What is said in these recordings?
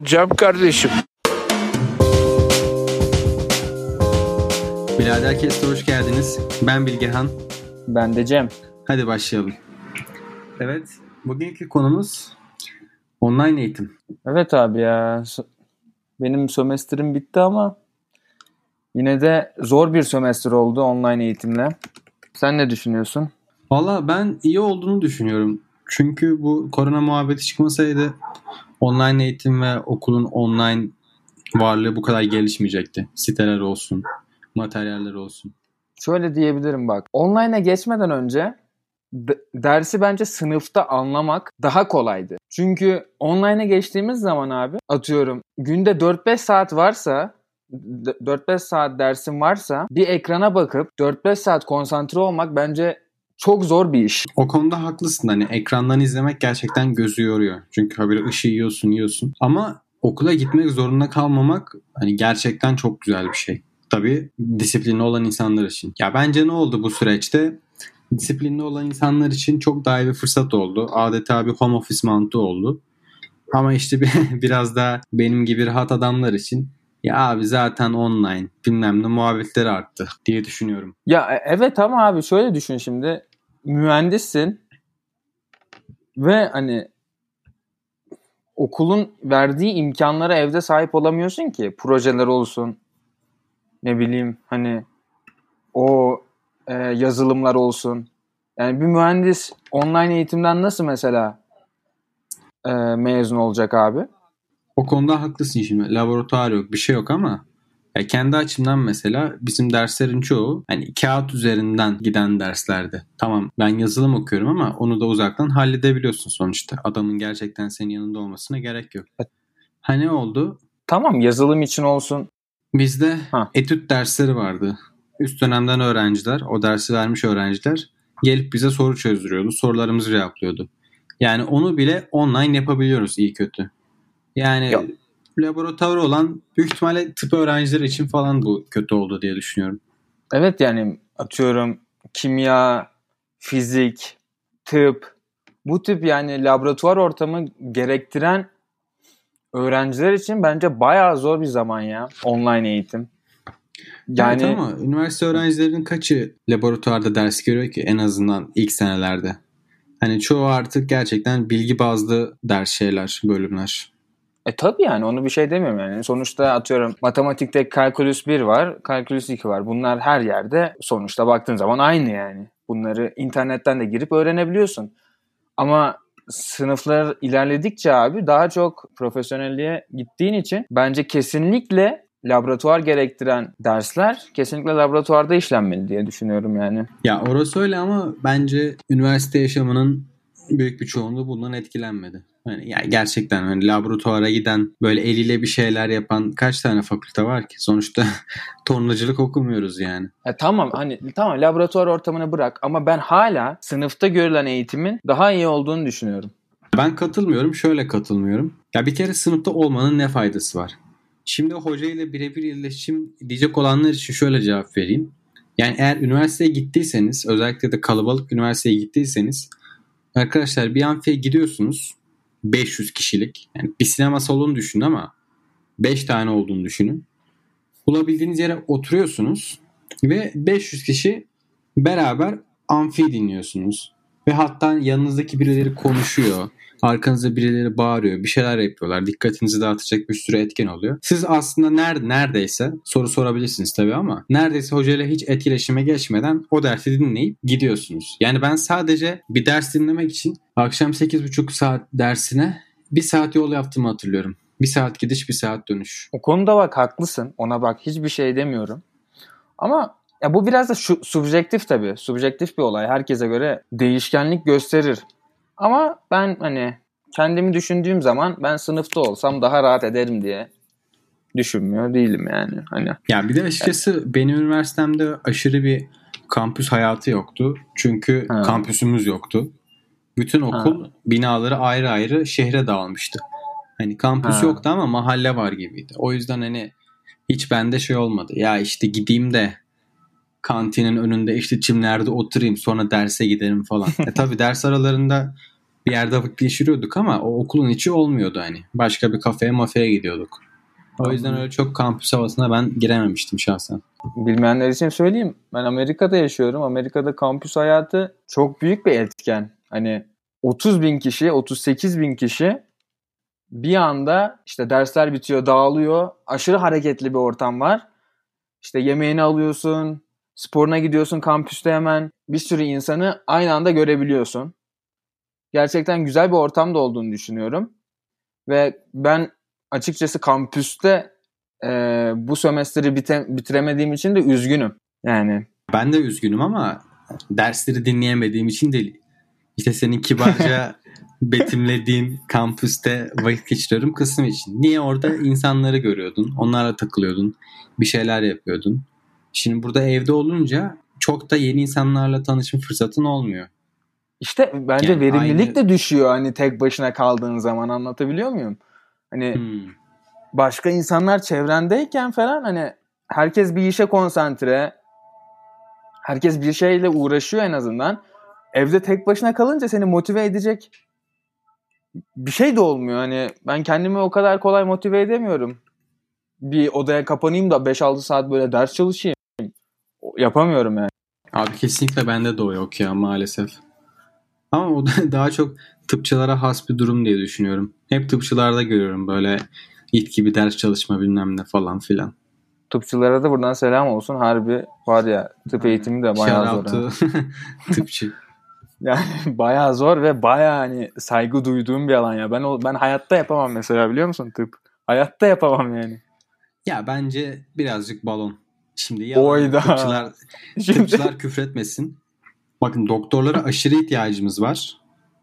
Cem kardeşim. Birader Kest'e hoş geldiniz. Ben Bilgehan. Ben de Cem. Hadi başlayalım. Evet, bugünkü konumuz online eğitim. Evet abi ya. Benim sömestrim bitti ama yine de zor bir sömestr oldu online eğitimle. Sen ne düşünüyorsun? Valla ben iyi olduğunu düşünüyorum. Çünkü bu korona muhabbeti çıkmasaydı online eğitim ve okulun online varlığı bu kadar gelişmeyecekti. Siteler olsun, materyaller olsun. Şöyle diyebilirim bak. Online'a geçmeden önce dersi bence sınıfta anlamak daha kolaydı. Çünkü online'a geçtiğimiz zaman abi atıyorum günde 4-5 saat varsa 4-5 saat dersin varsa bir ekrana bakıp 4-5 saat konsantre olmak bence çok zor bir iş. O konuda haklısın. Hani ekrandan izlemek gerçekten gözü yoruyor. Çünkü habire ışığı yiyorsun. Ama okula gitmek zorunda kalmamak hani gerçekten çok güzel bir şey. Tabii disiplinli olan insanlar için. Ya bence ne oldu bu süreçte? Disiplinli olan insanlar için çok daha iyi bir fırsat oldu. Adeta bir home office mantığı oldu. Ama işte biraz da benim gibi rahat adamlar için ya abi zaten online bilmem ne muhabbetleri arttı diye düşünüyorum. Ya evet ama abi şöyle düşün şimdi. Mühendissin ve hani okulun verdiği imkanlara evde sahip olamıyorsun ki. Projeler olsun, ne bileyim hani o yazılımlar olsun. Yani bir mühendis online eğitimden nasıl mesela mezun olacak abi? O konuda haklısın şimdi. Laboratuvar yok, bir şey yok ama ya kendi açımdan mesela bizim derslerin çoğu hani kağıt üzerinden giden derslerdi. Tamam ben yazılım okuyorum ama onu da uzaktan halledebiliyorsun sonuçta. Adamın gerçekten senin yanında olmasına gerek yok. Ha ne oldu? Tamam yazılım için olsun. Bizde etüt dersleri vardı. Üst dönemden öğrenciler, o dersi vermiş öğrenciler gelip bize soru çözdürüyordu. Sorularımızı cevaplıyordu. Yani onu bile online yapabiliyoruz iyi kötü. Yani Yok. laboratuvarı olan büyük ihtimalle tıp öğrencileri için falan bu kötü oldu diye düşünüyorum. Evet yani atıyorum kimya, fizik, tıp bu tip yani laboratuvar ortamı gerektiren öğrenciler için bence bayağı zor bir zaman ya online eğitim. Yani evet ama üniversite öğrencilerinin kaçı laboratuvarda ders görüyor ki en azından ilk senelerde? Hani çoğu artık gerçekten bilgi bazlı ders şeyler, bölümler. Tabii yani onu bir şey demiyorum yani. Sonuçta atıyorum matematikte kalkülüs 1 var, kalkülüs 2 var. Bunlar her yerde sonuçta baktığın zaman aynı yani. Bunları internetten de girip öğrenebiliyorsun. Ama sınıflar ilerledikçe abi daha çok profesyonelliğe gittiğin için bence kesinlikle laboratuvar gerektiren dersler kesinlikle laboratuvarda işlenmeli diye düşünüyorum yani. Ya orası öyle ama bence üniversite yaşamının büyük bir çoğunluğu bundan etkilenmedi. Yani ya gerçekten hani laboratuvara giden böyle eliyle bir şeyler yapan kaç tane fakülte var ki? Sonuçta tornacılık okumuyoruz yani. Tamam laboratuvar ortamını bırak ama ben hala sınıfta görülen eğitimin daha iyi olduğunu düşünüyorum. Ben katılmıyorum. Şöyle katılmıyorum. Ya bir kere sınıfta olmanın ne faydası var? Şimdi hoca ile birebir iletişim diyecek olanlar için şöyle cevap vereyim. Yani eğer üniversiteye gittiyseniz, özellikle de kalabalık üniversiteye gittiyseniz arkadaşlar bir amfiye gidiyorsunuz. 500 kişilik. Yani bir sinema salonu düşünün ama 5 tane olduğunu düşünün. Bulabildiğiniz yere oturuyorsunuz ve 500 kişi beraber amfi dinliyorsunuz. Ve hatta yanınızdaki birileri konuşuyor. Arkanızda birileri bağırıyor. Bir şeyler yapıyorlar. Dikkatinizi dağıtacak bir sürü etken oluyor. Siz aslında neredeyse soru sorabilirsiniz tabii ama neredeyse hocayla hiç etkileşime geçmeden o dersi dinleyip gidiyorsunuz. Yani ben sadece bir ders dinlemek için akşam 8,5 saat dersine 1 saat yol yaptığımı hatırlıyorum. 1 saat gidiş 1 saat dönüş. O konuda bak haklısın. Ona bak hiçbir şey demiyorum. Ama ya bu biraz da subjektif tabii. Subjektif bir olay. Herkese göre değişkenlik gösterir. Ama ben hani kendimi düşündüğüm zaman ben sınıfta olsam daha rahat ederim diye düşünmüyor değilim yani. Hani ya bir de açıkçası benim üniversitemde aşırı bir kampüs hayatı yoktu. Çünkü kampüsümüz yoktu. Bütün okul binaları ayrı ayrı şehre dağılmıştı. Hani kampüs yoktu ama mahalle var gibiydi. O yüzden hani hiç bende şey olmadı. Ya işte gideyim de kantinin önünde işte çimlerde oturayım sonra derse giderim falan. Tabii ders aralarında bir yerde vakit geçiriyorduk ama o okulun içi olmuyordu hani. Başka bir kafeye mafeye gidiyorduk. O yüzden öyle çok kampüs havasına ben girememiştim şahsen. Bilmeyenler için söyleyeyim. Ben Amerika'da yaşıyorum. Amerika'da kampüs hayatı çok büyük bir etken. Hani 30 bin kişi, 38 bin kişi bir anda işte dersler bitiyor, dağılıyor. Aşırı hareketli bir ortam var. İşte yemeğini alıyorsun, sporuna gidiyorsun kampüste hemen. Bir sürü insanı aynı anda görebiliyorsun. Gerçekten güzel bir ortamda olduğunu düşünüyorum. Ve ben açıkçası kampüste bu sömestri bitiremediğim için de üzgünüm. Yani Ben de üzgünüm ama dersleri dinleyemediğim için değil. İşte senin kibarca betimlediğin kampüste vakit geçiriyorum kısım için. Niye orada insanları görüyordun, onlarla takılıyordun, bir şeyler yapıyordun. Şimdi burada evde olunca çok da yeni insanlarla tanışma fırsatın olmuyor. İşte bence yani verimlilik de düşüyor hani tek başına kaldığın zaman, anlatabiliyor muyum? Hani başka insanlar çevrendeyken falan hani herkes bir işe konsantre, herkes bir şeyle uğraşıyor en azından. Evde tek başına kalınca seni motive edecek bir şey de olmuyor. Hani ben kendimi o kadar kolay motive edemiyorum. Bir odaya kapanayım da 5-6 saat böyle ders çalışayım. Yapamıyorum yani. Abi kesinlikle bende de o yok ya maalesef. Ama o da daha çok tıpçılara has bir durum diye düşünüyorum. Hep tıpçılarda görüyorum böyle it gibi ders çalışma bilmem ne falan filan. Tıpçılara da buradan selam olsun. Harbi var ya, tıp eğitimi de bayağı zor. Tıpçı. Yani bayağı zor ve bayağı hani saygı duyduğum bir alan ya. Ben hayatta yapamam mesela, biliyor musun tıp? Hayatta yapamam yani. Ya bence birazcık balon. Şimdi yalan tıpçılar küfretmesin. Bakın doktorlara aşırı ihtiyacımız var.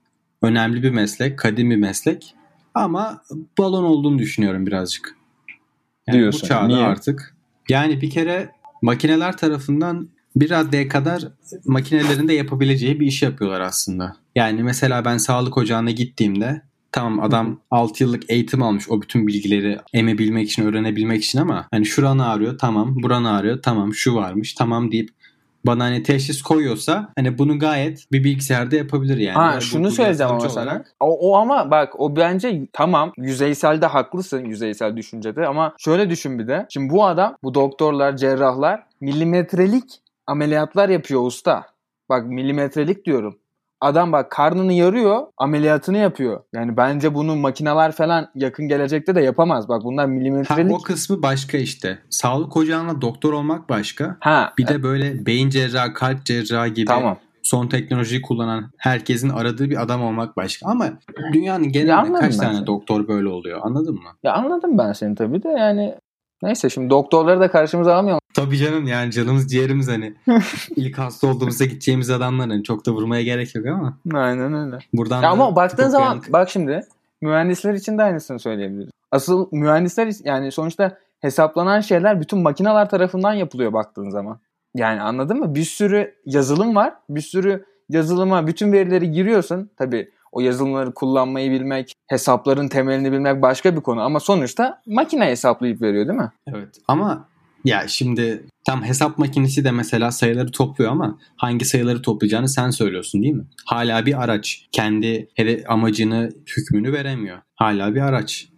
Önemli bir meslek, kadim bir meslek. Ama balon olduğunu düşünüyorum birazcık. Yani diyorsun. Bu çağda niye? Artık. Yani bir kere makineler tarafından bir raddeye kadar makinelerin de yapabileceği bir iş yapıyorlar aslında. Yani mesela ben sağlık ocağına gittiğimde tamam adam 6 yıllık eğitim almış o bütün bilgileri emebilmek için, öğrenebilmek için ama hani şuranı ağrıyor tamam, buranı ağrıyor tamam, şu varmış tamam deyip bana hani teşhis koyuyorsa hani bunu gayet bir bilgisayarda yapabilir yani. Ha, şunu söyleyeceğim ama sana. O ama bak o bence tamam, yüzeyselde haklısın, yüzeysel düşüncede, ama şöyle düşün bir de. Şimdi bu adam, bu doktorlar, cerrahlar milimetrelik ameliyatlar yapıyor usta. Bak milimetrelik diyorum. Adam bak karnını yarıyor, ameliyatını yapıyor. Yani bence bunu makineler falan yakın gelecekte de yapamaz. Bak bunlar milimetrelik. O kısmı başka işte. Sağlık ocağına doktor olmak başka. Bir de böyle beyin cerrahı, kalp cerrahı gibi son teknolojiyi kullanan herkesin aradığı bir adam olmak başka. Ama dünyanın genelinde kaç tane doktor böyle oluyor, anladın mı? Ya anladım ben seni tabii de yani. Neyse şimdi doktorları da karşımıza almayalım. Tabii canım, yani canımız ciğerimiz hani. İlk hasta olduğumuzda gideceğimiz adamlar hani çok da vurmaya gerek yok ama. Aynen öyle. Buradan ya ama baktığın zaman bak şimdi mühendisler için de aynısını söyleyebiliriz. Asıl mühendisler yani sonuçta hesaplanan şeyler bütün makineler tarafından yapılıyor baktığın zaman. Yani anladın mı? Bir sürü yazılım var. Bir sürü yazılıma bütün verileri giriyorsun. Tabii o yazılımları kullanmayı bilmek, hesapların temelini bilmek başka bir konu. Ama sonuçta makine hesaplayıp veriyor değil mi? Evet. Ama ya şimdi tam hesap makinesi de mesela sayıları topluyor ama hangi sayıları toplayacağını sen söylüyorsun değil mi? Hala bir araç. Kendi amacını, hükmünü veremiyor. Hala bir araç.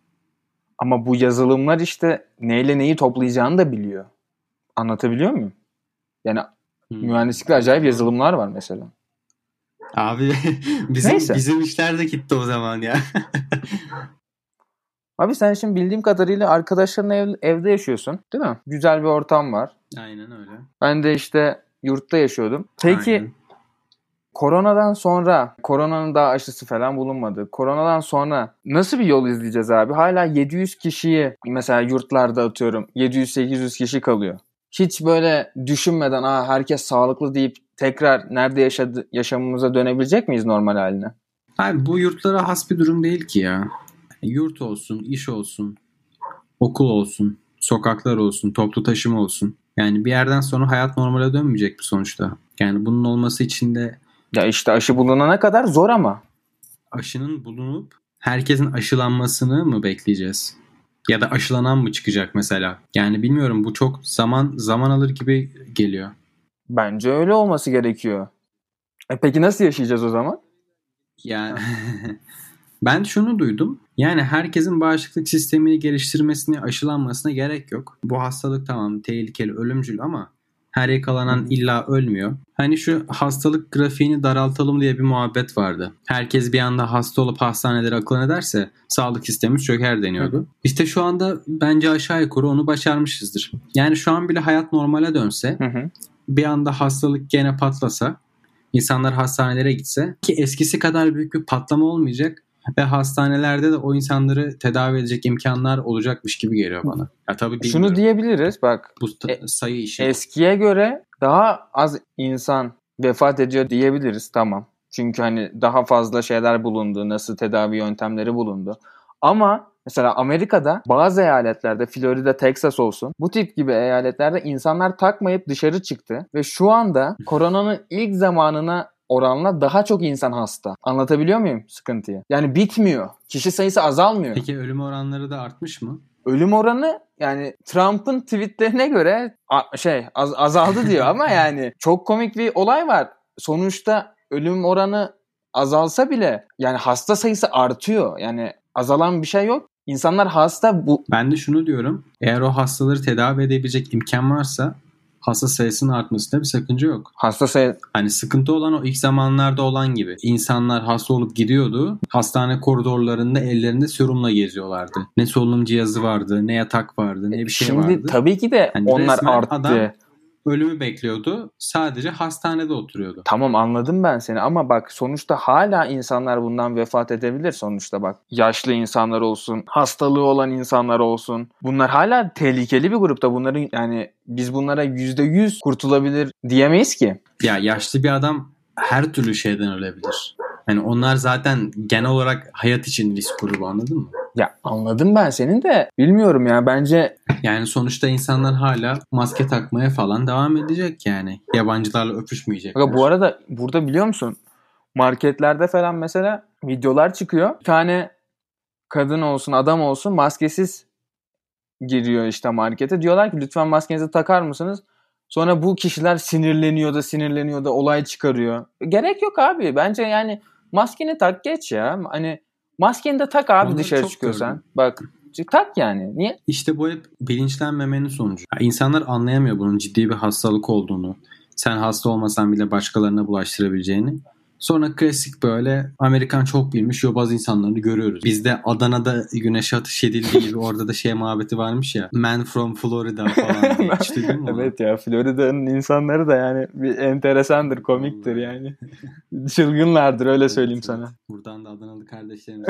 Ama bu yazılımlar işte neyle neyi toplayacağını da biliyor. Anlatabiliyor muyum? Yani mühendislikte acayip yazılımlar var mesela. Abi bizim işler de gitti o zaman ya. Abi sen şimdi bildiğim kadarıyla arkadaşlarınla evde yaşıyorsun değil mi? Güzel bir ortam var. Aynen öyle. Ben de işte yurtta yaşıyordum. Peki aynen. Koronadan sonra, koronanın daha aşısı falan bulunmadı. Koronadan sonra nasıl bir yol izleyeceğiz abi? Hala 700 kişiyi mesela yurtlarda atıyorum 700-800 kişi kalıyor. Hiç böyle düşünmeden herkes sağlıklı deyip tekrar nerede yaşamımıza dönebilecek miyiz normal haline? Abi bu yurtlara has bir durum değil ki ya. Yurt olsun, iş olsun, okul olsun, sokaklar olsun, toplu taşıma olsun. Yani bir yerden sonra hayat normale dönmeyecek bir sonuçta. Yani bunun olması için de... Ya işte aşı bulunana kadar zor ama. Aşının bulunup herkesin aşılanmasını mı bekleyeceğiz? Ya da aşılanan mı çıkacak mesela? Yani bilmiyorum, bu çok zaman alır gibi geliyor. Bence öyle olması gerekiyor. Peki nasıl yaşayacağız o zaman? Yani ben şunu duydum. Yani herkesin bağışıklık sistemini geliştirmesine, aşılanmasına gerek yok. Bu hastalık tamam tehlikeli, ölümcül ama her yakalanan illa ölmüyor. Hani şu hastalık grafiğini daraltalım diye bir muhabbet vardı. Herkes bir anda hasta olup hastanelere akın ederse sağlık sistemi çöker deniyordu. İşte şu anda bence aşağı yukarı onu başarmışızdır. Yani şu an bile hayat normale dönse, bir anda hastalık gene patlasa, İnsanlar hastanelere gitse ki eskisi kadar büyük bir patlama olmayacak ve hastanelerde de o insanları tedavi edecek imkanlar olacakmış gibi geliyor bana. Ya tabii bilmiyorum. Şunu diyebiliriz bak. Bu sayı işi. Eskiye göre daha az insan vefat ediyor diyebiliriz, tamam. Çünkü hani daha fazla şeyler bulundu, nasıl tedavi yöntemleri bulundu. Ama mesela Amerika'da bazı eyaletlerde, Florida, Texas olsun, bu tip gibi eyaletlerde insanlar takmayıp dışarı çıktı ve şu anda koronanın ilk zamanına oranla daha çok insan hasta. Anlatabiliyor muyum sıkıntıyı? Yani bitmiyor. Kişi sayısı azalmıyor. Peki ölüm oranları da artmış mı? Ölüm oranı yani Trump'ın tweetlerine göre azaldı diyor ama yani çok komik bir olay var. Sonuçta ölüm oranı azalsa bile yani hasta sayısı artıyor. Yani azalan bir şey yok. İnsanlar hasta bu. Ben de şunu diyorum. Eğer o hastaları tedavi edebilecek imkan varsa hasta sayısının artmasında bir sakınca yok. Hasta sayı... Hani sıkıntı olan o ilk zamanlarda olan gibi. İnsanlar hasta olup gidiyordu. Hastane koridorlarında ellerinde serumla geziyorlardı. Ne solunum cihazı vardı, ne yatak vardı, ne bir şey vardı. Şimdi tabii ki de hani onlar arttı. Adam ölümü bekliyordu. Sadece hastanede oturuyordu. Tamam, anladım ben seni ama bak sonuçta hala insanlar bundan vefat edebilir sonuçta bak. Yaşlı insanlar olsun, hastalığı olan insanlar olsun. Bunlar hala tehlikeli bir grupta. Bunların yani biz bunlara %100 kurtulabilir diyemeyiz ki. Ya yaşlı bir adam her türlü şeyden ölebilir. Yani onlar zaten genel olarak hayat için risk grubu, anladın mı? Ya anladım ben senin de bilmiyorum ya bence. Yani sonuçta insanlar hala maske takmaya falan devam edecek yani. Yabancılarla öpüşmeyecekler. Bu arada burada biliyor musun? Marketlerde falan mesela videolar çıkıyor. Bir tane kadın olsun adam olsun maskesiz giriyor işte markete. Diyorlar ki lütfen maskenizi takar mısınız? Sonra bu kişiler sinirleniyor da olay çıkarıyor. Gerek yok abi. Bence yani maskeni tak geç ya. Hani maskeni de tak abi. Onları dışarı çıkıyorsan. Gördüm. Bak tak yani. Niye? İşte bu hep bilinçlenmemenin sonucu. Yani insanlar anlayamıyor bunun ciddi bir hastalık olduğunu. Sen hasta olmasan bile başkalarına bulaştırabileceğini. Sonra klasik böyle Amerikan çok bilmiş yobaz insanlarını görüyoruz. Bizde Adana'da güneşe ateş edildiği gibi orada da şey muhabbeti varmış ya. Man from Florida falan diye. Hiç duydun mu? Evet ya, Florida'nın insanları da yani bir enteresandır, komiktir yani. Çılgınlardır, öyle söyleyeyim sana. Buradan da Adanalı kardeşlerimiz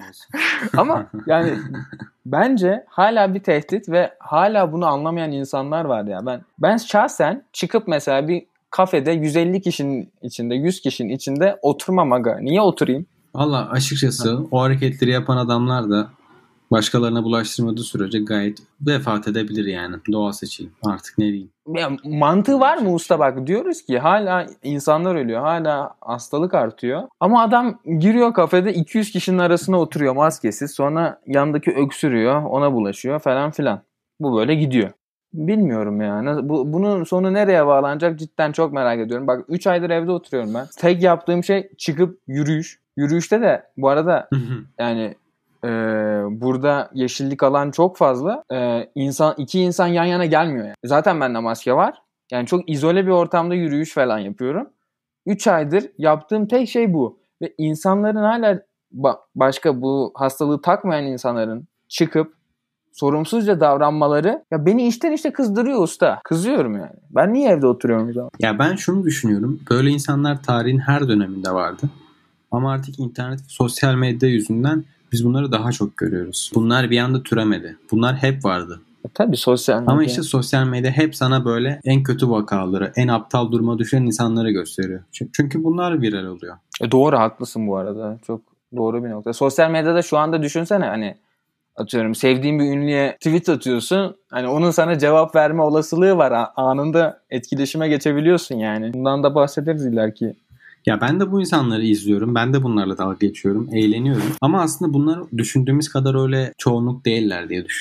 Ama yani bence hala bir tehdit ve hala bunu anlamayan insanlar var ya. Ben şahsen çıkıp mesela bir kafede 150 kişinin içinde, 100 kişinin içinde oturmam aga. Niye oturayım? Valla açıkçası o hareketleri yapan adamlar da başkalarına bulaştırmadığı sürece gayet vefat edebilir yani. Doğal seçilim. Artık ne diyeyim. Ya, mantığı var mı usta bak? Diyoruz ki hala insanlar ölüyor. Hala hastalık artıyor. Ama adam giriyor kafede 200 kişinin arasına oturuyor maskesiz. Sonra yandaki öksürüyor. Ona bulaşıyor falan filan. Bu böyle gidiyor. Bilmiyorum yani. Bunun sonu nereye bağlanacak cidden çok merak ediyorum. Bak 3 aydır evde oturuyorum ben. Tek yaptığım şey çıkıp yürüyüş. Yürüyüşte de bu arada yani burada yeşillik alan çok fazla. İki insan yan yana gelmiyor yani. Zaten bende maske var. Yani çok izole bir ortamda yürüyüş falan yapıyorum. 3 aydır yaptığım tek şey bu. Ve insanların hala başka bu hastalığı takmayan insanların çıkıp sorumsuzca davranmaları ya beni içten kızdırıyor usta. Kızıyorum yani. Ben niye evde oturuyorum o zaman? Ya ben şunu düşünüyorum. Böyle insanlar tarihin her döneminde vardı. Ama artık internet ve sosyal medya yüzünden biz bunları daha çok görüyoruz. Bunlar bir anda türemedi. Bunlar hep vardı. Tabii sosyal medya. Ama işte sosyal medya hep sana böyle en kötü vakaları, en aptal duruma düşen insanları gösteriyor. Çünkü bunlar viral oluyor. Doğru, haklısın bu arada. Çok doğru bir nokta. Sosyal medyada şu anda düşünsene hani atıyorum sevdiğin bir ünlüye tweet atıyorsun. Hani onun sana cevap verme olasılığı var. Anında etkileşime geçebiliyorsun yani. Bundan da bahsederiz ileriki. Ya ben de bu insanları izliyorum. Ben de bunlarla dalga geçiyorum. Eğleniyorum. Ama aslında bunlar düşündüğümüz kadar öyle çoğunluk değiller diye düşünüyorum.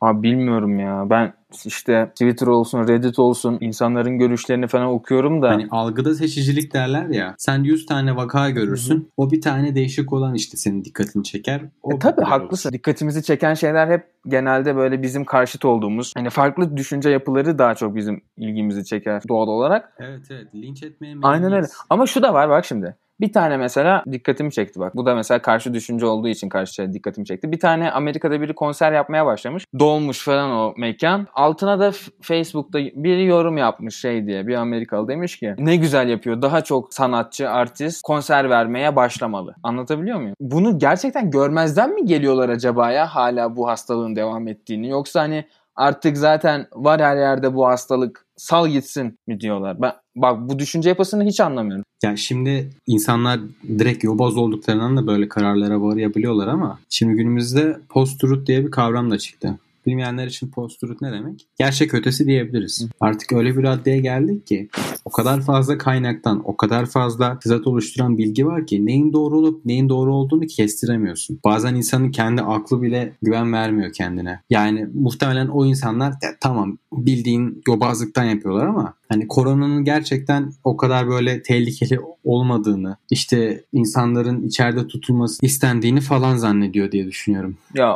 Abi bilmiyorum ya. Ben işte Twitter olsun, Reddit olsun insanların görüşlerini falan okuyorum da. Hani algıda seçicilik derler ya. Sen 100 tane vaka görürsün. Hı-hı. O bir tane değişik olan işte senin dikkatini çeker. O tabii haklısın. Olur. Dikkatimizi çeken şeyler hep genelde böyle bizim karşıt olduğumuz, hani farklı düşünce yapıları daha çok bizim ilgimizi çeker doğal olarak. Evet. Linç etmeye meyilliyiz. Aynen öyle. Ama şu da var bak şimdi. Bir tane mesela dikkatimi çekti bak. Bu da mesela karşı düşünce olduğu için karşı şey dikkatimi çekti. Bir tane Amerika'da biri konser yapmaya başlamış. Dolmuş falan o mekan. Altına da Facebook'ta biri yorum yapmış şey diye. Bir Amerikalı demiş ki ne güzel yapıyor. Daha çok sanatçı, artist konser vermeye başlamalı. Anlatabiliyor muyum? Bunu gerçekten görmezden mi geliyorlar acaba ya hala bu hastalığın devam ettiğini? Yoksa hani artık zaten var her yerde bu hastalık, sal gitsin mi diyorlar? Bak bu düşünce yapısını hiç anlamıyorum. Ya şimdi insanlar direkt yobaz olduklarından da böyle kararlara varabiliyorlar ama şimdi günümüzde post-truth diye bir kavram da çıktı. Bilmeyenler için post-truth ne demek? Gerçek ötesi diyebiliriz. Artık öyle bir raddeye geldik ki o kadar fazla kaynaktan, o kadar fazla tezat oluşturan bilgi var ki neyin doğru olup neyin doğru olduğunu kestiremiyorsun. Bazen insanın kendi aklı bile güven vermiyor kendine. Yani muhtemelen o insanlar tamam bildiğin yobazlıktan yapıyorlar ama hani koronanın gerçekten o kadar böyle tehlikeli olmadığını, işte insanların içeride tutulması istendiğini falan zannediyor diye düşünüyorum.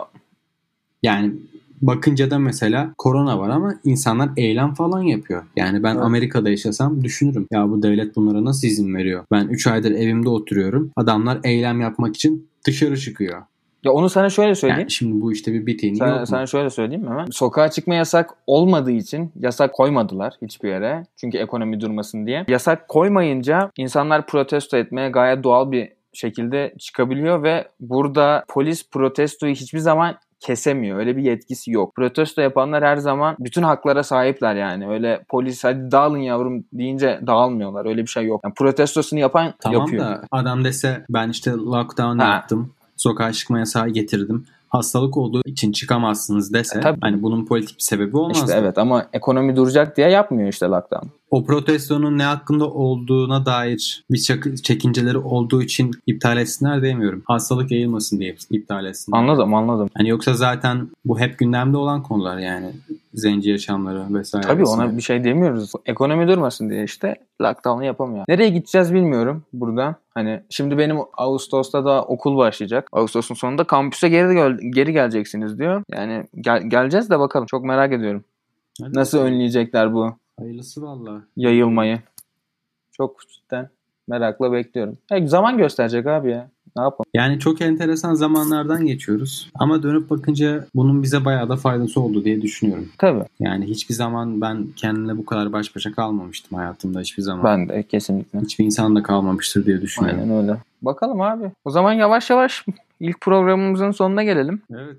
Yani bakınca da mesela korona var ama insanlar eylem falan yapıyor. Yani ben Amerika'da yaşasam düşünürüm. Ya bu devlet bunlara nasıl izin veriyor? Ben 3 aydır evimde oturuyorum. Adamlar eylem yapmak için dışarı çıkıyor. Ya onu sana şöyle söyleyeyim. Yani şimdi bu işte bir biteni yok mu? Sana şöyle söyleyeyim hemen. Sokağa çıkma yasak olmadığı için yasak koymadılar hiçbir yere. Çünkü ekonomi durmasın diye. Yasak koymayınca insanlar protesto etmeye gayet doğal bir şekilde çıkabiliyor ve burada polis protestoyu hiçbir zaman kesemiyor. Öyle bir yetkisi yok. Protesto yapanlar her zaman bütün haklara sahipler yani. Öyle polis hadi dağılın yavrum deyince dağılmıyorlar. Öyle bir şey yok. Yani protestosunu yapan yapıyor. Tamam da adam dese ben işte lockdown yaptım. Sokağa çıkma yasağı getirdim. Hastalık olduğu için çıkamazsınız dese hani bunun politik bir sebebi olmaz. İşte evet ama ekonomi duracak diye yapmıyor işte lockdown. O protestonun ne hakkında olduğuna dair bir çekinceleri olduğu için iptal etsinler demiyorum. Hastalık yayılmasın diye iptal etsinler. Anladım. Hani yoksa zaten bu hep gündemde olan konular yani. Zenci yaşamları vesaire. Tabii ona bir şey demiyoruz. Ekonomi durmasın diye işte lockdown'u yapamıyor. Nereye gideceğiz bilmiyorum buradan. Hani şimdi benim Ağustos'ta da okul başlayacak. Ağustos'un sonunda kampüse geri geleceksiniz diyor. Yani geleceğiz de bakalım. Çok merak ediyorum. Hadi nasıl bakalım. Önleyecekler bu hayırlısı vallahi yayılmayı. Çok cidden merakla bekliyorum. Zaman gösterecek abi ya. Ne yapalım? Yani çok enteresan zamanlardan geçiyoruz. Ama dönüp bakınca bunun bize bayağı da faydası oldu diye düşünüyorum. Tabii. Yani hiçbir zaman ben kendimle bu kadar baş başa kalmamıştım hayatımda hiçbir zaman. Ben de kesinlikle. Hiçbir insan da kalmamıştır diye düşünüyorum. Aynen öyle. Bakalım abi. O zaman yavaş yavaş ilk programımızın sonuna gelelim. Evet.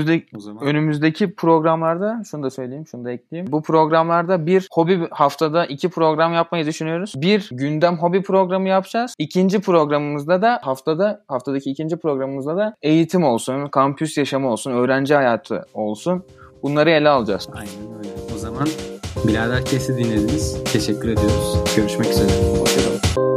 Önümüzdeki programlarda şunu da söyleyeyim, şunu da ekleyeyim. Bu programlarda bir hobi haftada 2 program yapmayı düşünüyoruz. Bir gündem hobi programı yapacağız. İkinci programımızda da haftadaki ikinci programımızda da eğitim olsun, kampüs yaşamı olsun, öğrenci hayatı olsun. Bunları ele alacağız. Aynen öyle. O zaman Birader Kes'i dinlediniz. Teşekkür ediyoruz. Görüşmek üzere. Hoşçakalın.